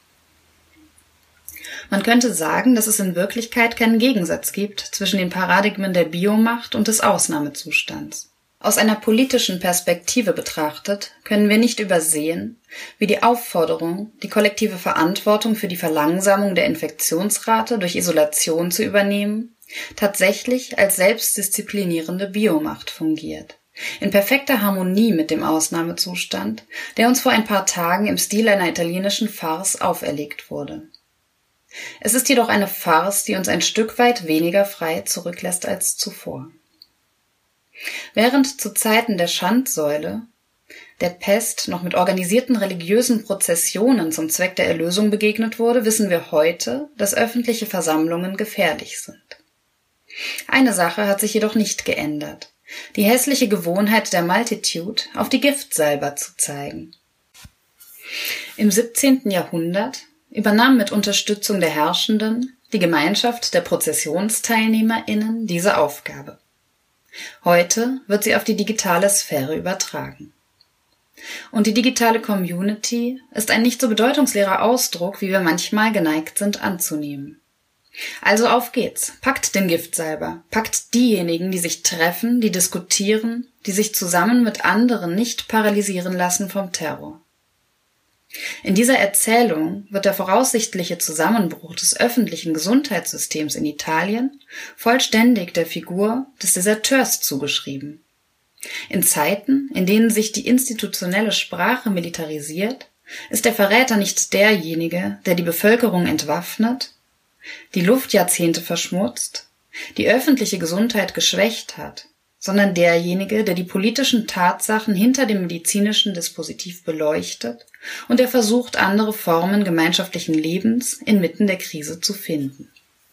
Man könnte sagen, dass es in Wirklichkeit keinen Gegensatz gibt zwischen den Paradigmen der Biomacht und des Ausnahmezustands. Aus einer politischen Perspektive betrachtet können wir nicht übersehen, wie die Aufforderung, die kollektive Verantwortung für die Verlangsamung der Infektionsrate durch Isolation zu übernehmen, tatsächlich als selbstdisziplinierende Biomacht fungiert, in perfekter Harmonie mit dem Ausnahmezustand, der uns vor ein paar Tagen im Stil einer italienischen Farce auferlegt wurde. Es ist jedoch eine Farce, die uns ein Stück weit weniger frei zurücklässt als zuvor. Während zu Zeiten der Schandsäule, der Pest, noch mit organisierten religiösen Prozessionen zum Zweck der Erlösung begegnet wurde, wissen wir heute, dass öffentliche Versammlungen gefährlich sind. Eine Sache hat sich jedoch nicht geändert: die hässliche Gewohnheit der Multitude, auf die Giftsalber zu zeigen. Im 17. Jahrhundert übernahm mit Unterstützung der Herrschenden die Gemeinschaft der ProzessionsteilnehmerInnen diese Aufgabe. Heute wird sie auf die digitale Sphäre übertragen. Und die digitale Community ist ein nicht so bedeutungsleerer Ausdruck, wie wir manchmal geneigt sind anzunehmen. Also auf geht's, packt den Giftsalber, packt diejenigen, die sich treffen, die diskutieren, die sich zusammen mit anderen nicht paralysieren lassen vom Terror. In dieser Erzählung wird der voraussichtliche Zusammenbruch des öffentlichen Gesundheitssystems in Italien vollständig der Figur des Deserteurs zugeschrieben. In Zeiten, in denen sich die institutionelle Sprache militarisiert, ist der Verräter nicht derjenige, der die Bevölkerung entwaffnet, die Luft Jahrzehnte verschmutzt, die öffentliche Gesundheit geschwächt hat, sondern derjenige, der die politischen Tatsachen hinter dem medizinischen Dispositiv beleuchtet und der versucht, andere Formen gemeinschaftlichen Lebens inmitten der Krise zu finden.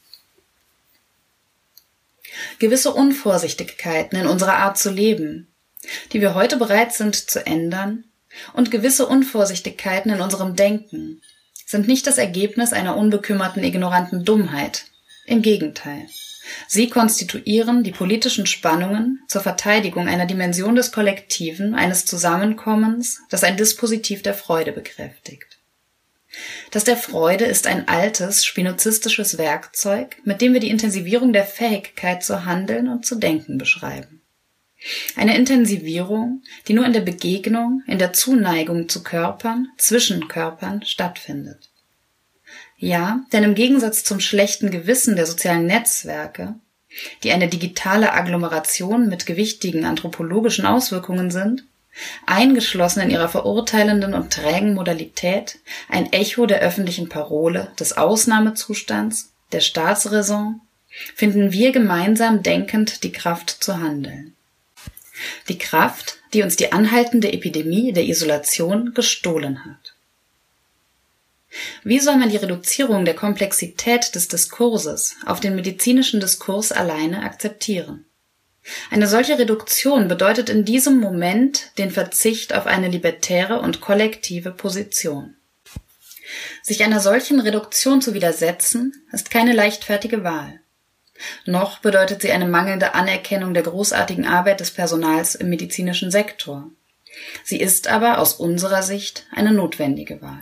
Gewisse Unvorsichtigkeiten in unserer Art zu leben, die wir heute bereit sind zu ändern, und gewisse Unvorsichtigkeiten in unserem Denken sind nicht das Ergebnis einer unbekümmerten, ignoranten Dummheit. Im Gegenteil. Sie konstituieren die politischen Spannungen zur Verteidigung einer Dimension des Kollektiven, eines Zusammenkommens, das ein Dispositiv der Freude bekräftigt. Das der Freude ist ein altes, spinozistisches Werkzeug, mit dem wir die Intensivierung der Fähigkeit zu handeln und zu denken beschreiben. Eine Intensivierung, die nur in der Begegnung, in der Zuneigung zu Körpern, zwischen Körpern stattfindet. Ja, denn im Gegensatz zum schlechten Gewissen der sozialen Netzwerke, die eine digitale Agglomeration mit gewichtigen anthropologischen Auswirkungen sind, eingeschlossen in ihrer verurteilenden und trägen Modalität, ein Echo der öffentlichen Parole, des Ausnahmezustands, der Staatsräson, finden wir gemeinsam denkend die Kraft zu handeln. Die Kraft, die uns die anhaltende Epidemie der Isolation gestohlen hat. Wie soll man die Reduzierung der Komplexität des Diskurses auf den medizinischen Diskurs alleine akzeptieren? Eine solche Reduktion bedeutet in diesem Moment den Verzicht auf eine libertäre und kollektive Position. Sich einer solchen Reduktion zu widersetzen, ist keine leichtfertige Wahl. Noch bedeutet sie eine mangelnde Anerkennung der großartigen Arbeit des Personals im medizinischen Sektor. Sie ist aber aus unserer Sicht eine notwendige Wahl.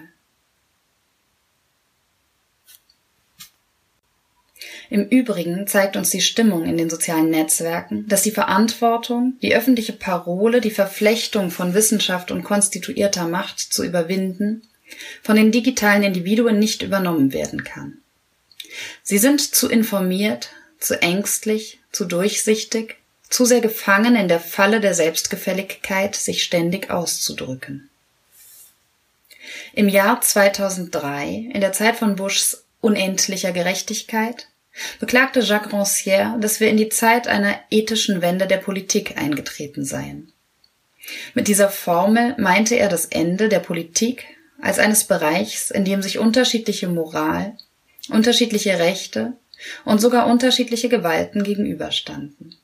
Im Übrigen zeigt uns die Stimmung in den sozialen Netzwerken, dass die Verantwortung, die öffentliche Parole, die Verflechtung von Wissenschaft und konstituierter Macht zu überwinden, von den digitalen Individuen nicht übernommen werden kann. Sie sind zu informiert, zu ängstlich, zu durchsichtig, zu sehr gefangen in der Falle der Selbstgefälligkeit, sich ständig auszudrücken. Im Jahr 2003, in der Zeit von Bushs unendlicher Gerechtigkeit, beklagte Jacques Rancière, dass wir in die Zeit einer ethischen Wende der Politik eingetreten seien. Mit dieser Formel meinte er das Ende der Politik als eines Bereichs, in dem sich unterschiedliche Moral, unterschiedliche Rechte und sogar unterschiedliche Gewalten gegenüberstanden.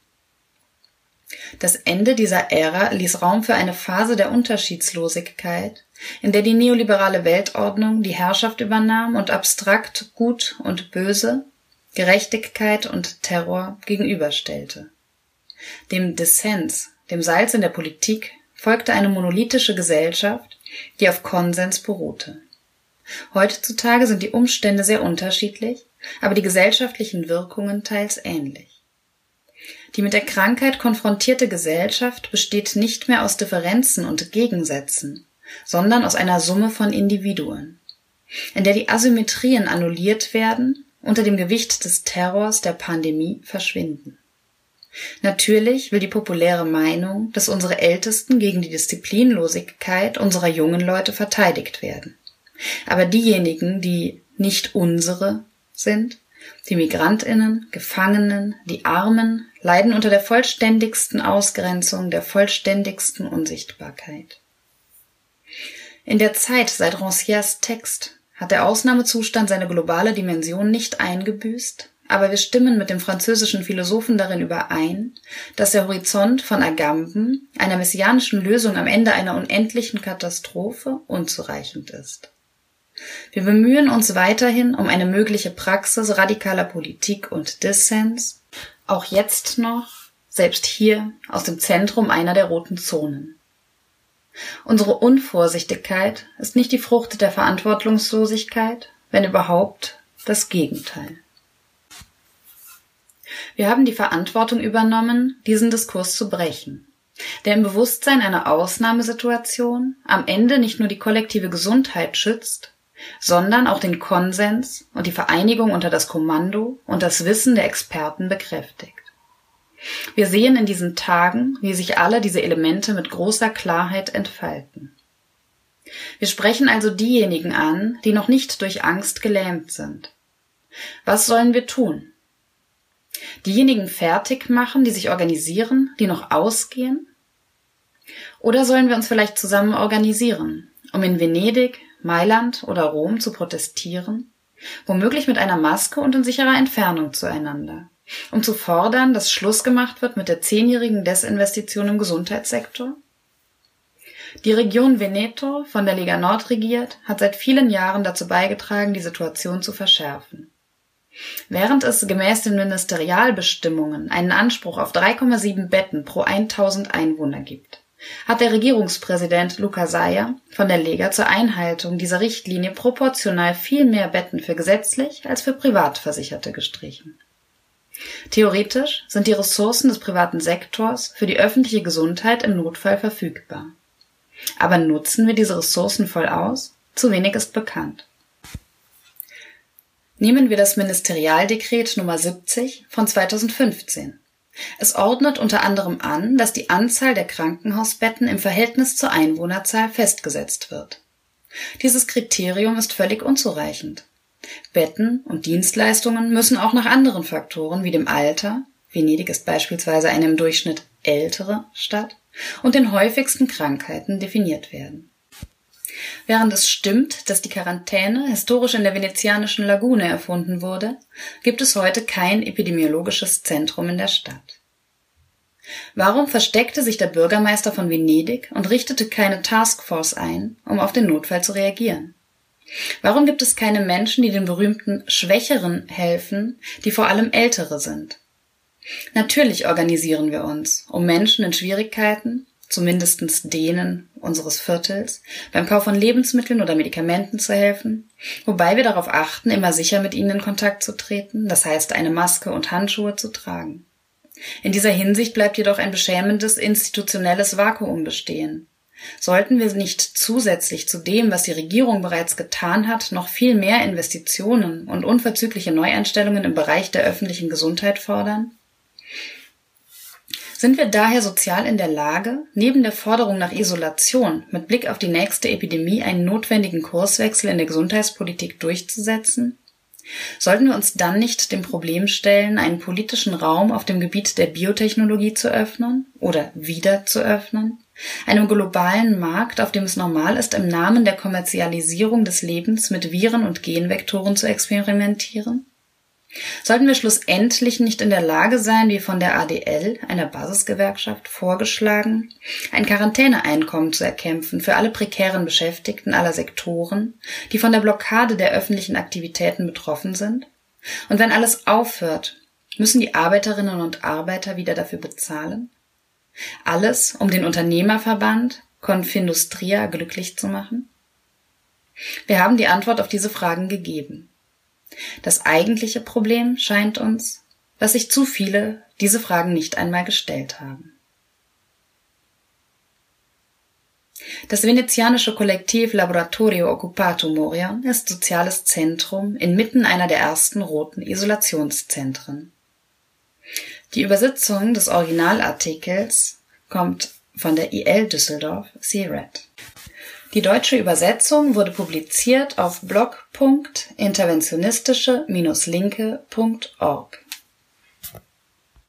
Das Ende dieser Ära ließ Raum für eine Phase der Unterschiedslosigkeit, in der die neoliberale Weltordnung die Herrschaft übernahm und abstrakt Gut und Böse, Gerechtigkeit und Terror gegenüberstellte. Dem Dissens, dem Salz in der Politik, folgte eine monolithische Gesellschaft, die auf Konsens beruhte. Heutzutage sind die Umstände sehr unterschiedlich, aber die gesellschaftlichen Wirkungen teils ähnlich. Die mit der Krankheit konfrontierte Gesellschaft besteht nicht mehr aus Differenzen und Gegensätzen, sondern aus einer Summe von Individuen, in der die Asymmetrien annulliert werden, unter dem Gewicht des Terrors der Pandemie verschwinden. Natürlich will die populäre Meinung, dass unsere Ältesten gegen die Disziplinlosigkeit unserer jungen Leute verteidigt werden. Aber diejenigen, die nicht unsere sind, die MigrantInnen, Gefangenen, die Armen, leiden unter der vollständigsten Ausgrenzung, der vollständigsten Unsichtbarkeit. In der Zeit seit Rancières Text hat der Ausnahmezustand seine globale Dimension nicht eingebüßt, aber wir stimmen mit dem französischen Philosophen darin überein, dass der Horizont von Agamben, einer messianischen Lösung am Ende einer unendlichen Katastrophe, unzureichend ist. Wir bemühen uns weiterhin um eine mögliche Praxis radikaler Politik und Dissens, auch jetzt noch, selbst hier, aus dem Zentrum einer der roten Zonen. Unsere Unvorsichtigkeit ist nicht die Frucht der Verantwortungslosigkeit, wenn überhaupt das Gegenteil. Wir haben die Verantwortung übernommen, diesen Diskurs zu brechen, der im Bewusstsein einer Ausnahmesituation am Ende nicht nur die kollektive Gesundheit schützt, sondern auch den Konsens und die Vereinigung unter das Kommando und das Wissen der Experten bekräftigt. Wir sehen in diesen Tagen, wie sich alle diese Elemente mit großer Klarheit entfalten. Wir sprechen also diejenigen an, die noch nicht durch Angst gelähmt sind. Was sollen wir tun? Diejenigen fertig machen, die sich organisieren, die noch ausgehen? Oder sollen wir uns vielleicht zusammen organisieren, um in Venedig, Mailand oder Rom zu protestieren, womöglich mit einer Maske und in sicherer Entfernung zueinander, um zu fordern, dass Schluss gemacht wird mit der 10-jährigen Desinvestition im Gesundheitssektor? Die Region Veneto, von der Lega Nord regiert, hat seit vielen Jahren dazu beigetragen, die Situation zu verschärfen. Während es gemäß den Ministerialbestimmungen einen Anspruch auf 3,7 Betten pro 1000 Einwohner gibt, hat der Regierungspräsident Luca Zaia von der Lega zur Einhaltung dieser Richtlinie proportional viel mehr Betten für gesetzlich als für Privatversicherte gestrichen. Theoretisch sind die Ressourcen des privaten Sektors für die öffentliche Gesundheit im Notfall verfügbar. Aber nutzen wir diese Ressourcen voll aus? Zu wenig ist bekannt. Nehmen wir das Ministerialdekret Nummer 70 von 2015. Es ordnet unter anderem an, dass die Anzahl der Krankenhausbetten im Verhältnis zur Einwohnerzahl festgesetzt wird. Dieses Kriterium ist völlig unzureichend. Betten und Dienstleistungen müssen auch nach anderen Faktoren wie dem Alter, Venedig ist beispielsweise eine im Durchschnitt ältere Stadt, und den häufigsten Krankheiten definiert werden. Während es stimmt, dass die Quarantäne historisch in der venezianischen Lagune erfunden wurde, gibt es heute kein epidemiologisches Zentrum in der Stadt. Warum versteckte sich der Bürgermeister von Venedig und richtete keine Taskforce ein, um auf den Notfall zu reagieren? Warum gibt es keine Menschen, die den berühmten Schwächeren helfen, die vor allem Ältere sind? Natürlich organisieren wir uns, um Menschen in Schwierigkeiten, zumindest denen unseres Viertels, beim Kauf von Lebensmitteln oder Medikamenten zu helfen, wobei wir darauf achten, immer sicher mit ihnen in Kontakt zu treten, das heißt eine Maske und Handschuhe zu tragen. In dieser Hinsicht bleibt jedoch ein beschämendes institutionelles Vakuum bestehen. Sollten wir nicht zusätzlich zu dem, was die Regierung bereits getan hat, noch viel mehr Investitionen und unverzügliche Neueinstellungen im Bereich der öffentlichen Gesundheit fordern? Sind wir daher sozial in der Lage, neben der Forderung nach Isolation mit Blick auf die nächste Epidemie einen notwendigen Kurswechsel in der Gesundheitspolitik durchzusetzen? Sollten wir uns dann nicht dem Problem stellen, einen politischen Raum auf dem Gebiet der Biotechnologie zu öffnen oder wieder zu öffnen? Einem globalen Markt, auf dem es normal ist, im Namen der Kommerzialisierung des Lebens mit Viren und Genvektoren zu experimentieren? Sollten wir schlussendlich nicht in der Lage sein, wie von der ADL, einer Basisgewerkschaft, vorgeschlagen, ein Quarantäneeinkommen zu erkämpfen für alle prekären Beschäftigten aller Sektoren, die von der Blockade der öffentlichen Aktivitäten betroffen sind? Und wenn alles aufhört, müssen die Arbeiterinnen und Arbeiter wieder dafür bezahlen? Alles, um den Unternehmerverband Confindustria glücklich zu machen? Wir haben die Antwort auf diese Fragen gegeben. Das eigentliche Problem scheint uns, dass sich zu viele diese Fragen nicht einmal gestellt haben. Das venezianische Kollektiv Laboratorio Occupato Moria ist soziales Zentrum inmitten einer der ersten roten Isolationszentren. Die Übersetzung des Originalartikels kommt von der IL Düsseldorf CRED. Die deutsche Übersetzung wurde publiziert auf blog.interventionistische-linke.org.